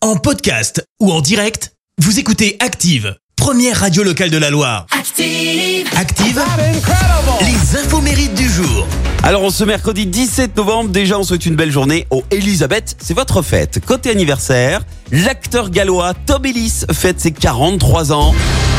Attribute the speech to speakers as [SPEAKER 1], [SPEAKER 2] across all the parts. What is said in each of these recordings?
[SPEAKER 1] En podcast ou en direct, vous écoutez Active, première radio locale de la Loire. Active, les infos mérites du jour.
[SPEAKER 2] Alors, on ce mercredi 17 novembre, déjà on souhaite une belle journée aux Elisabeth, c'est votre fête. Côté anniversaire, l'acteur gallois Tom Ellis fête ses 43 ans.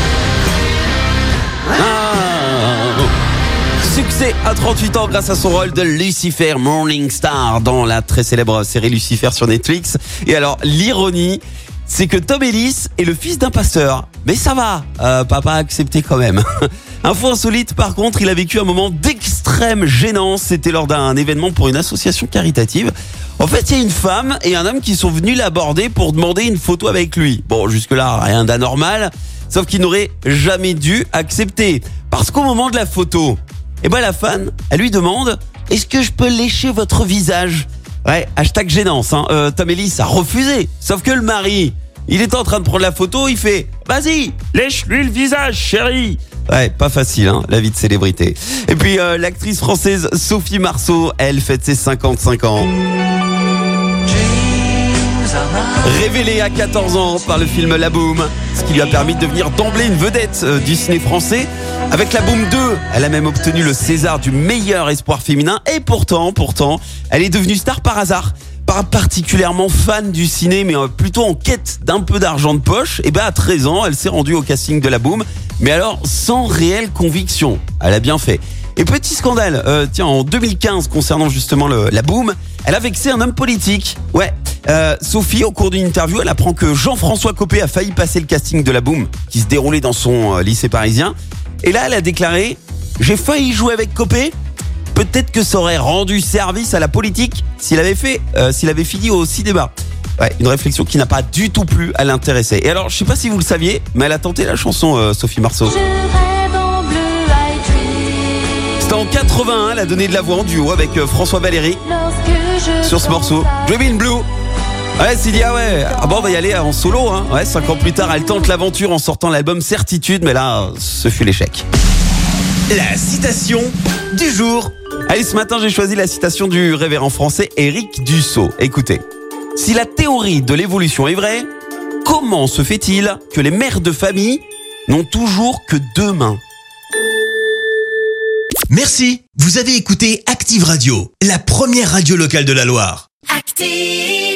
[SPEAKER 2] Succès à 38 ans grâce à son rôle de Lucifer Morningstar dans la très célèbre série Lucifer sur Netflix. Et alors, l'ironie, c'est que Tom Ellis est le fils d'un pasteur. Mais ça va, papa a accepté quand même. Info insolite, par contre, il a vécu un moment d'extrême gênance. C'était lors d'un événement pour une association caritative. En fait, il y a une femme et un homme qui sont venus l'aborder pour demander une photo avec lui. Bon, jusque-là, rien d'anormal, sauf qu'il n'aurait jamais dû accepter. Parce qu'au moment de la photo, la fan, elle lui demande « Est-ce que je peux lécher votre visage ?» Ouais, hashtag gênance, Tom Ellis a refusé. Sauf que le mari, il est en train de prendre la photo, il fait « Vas-y, lèche-lui le visage, chérie !» Ouais, pas facile, la vie de célébrité. Et puis, l'actrice française Sophie Marceau, elle fête ses 55 ans. Révélée à 14 ans par le film La Boum, ce qui lui a permis de devenir d'emblée une vedette du ciné français. Avec La Boum 2, elle a même obtenu le César du meilleur espoir féminin. Et pourtant, elle est devenue star par hasard. Pas particulièrement fan du ciné, mais plutôt en quête d'un peu d'argent de poche. Et à 13 ans, elle s'est rendue au casting de La Boum, mais alors sans réelle conviction. Elle a bien fait. Et petit scandale, en 2015, concernant justement La Boum, elle a vexé un homme politique. Ouais, Sophie, au cours d'une interview, elle apprend que Jean-François Copé a failli passer le casting de La Boum, qui se déroulait dans son lycée parisien. Et là, elle a déclaré « J'ai failli jouer avec Copé. Peut-être que ça aurait rendu service à la politique s'il avait fini au cinéma. » Ouais, une réflexion qui n'a pas du tout plu à l'intéresser. Et alors, je sais pas si vous le saviez, mais elle a tenté la chanson Sophie Marceau. C'était en 81, elle a donné de la voix en duo avec François Valéry sur ce morceau. Dreaming Blue. Ouais, s'il dit on va y aller en solo. Ouais, 5 ans plus tard, elle tente l'aventure en sortant l'album Certitude, mais là, ce fut l'échec.
[SPEAKER 1] La citation du jour.
[SPEAKER 2] Allez, ce matin, j'ai choisi la citation du révérend français Éric Dussault. Écoutez. Si la théorie de l'évolution est vraie, comment se fait-il que les mères de famille n'ont toujours que 2 mains ?
[SPEAKER 1] Merci. Vous avez écouté Active Radio, la première radio locale de la Loire.
[SPEAKER 3] Active!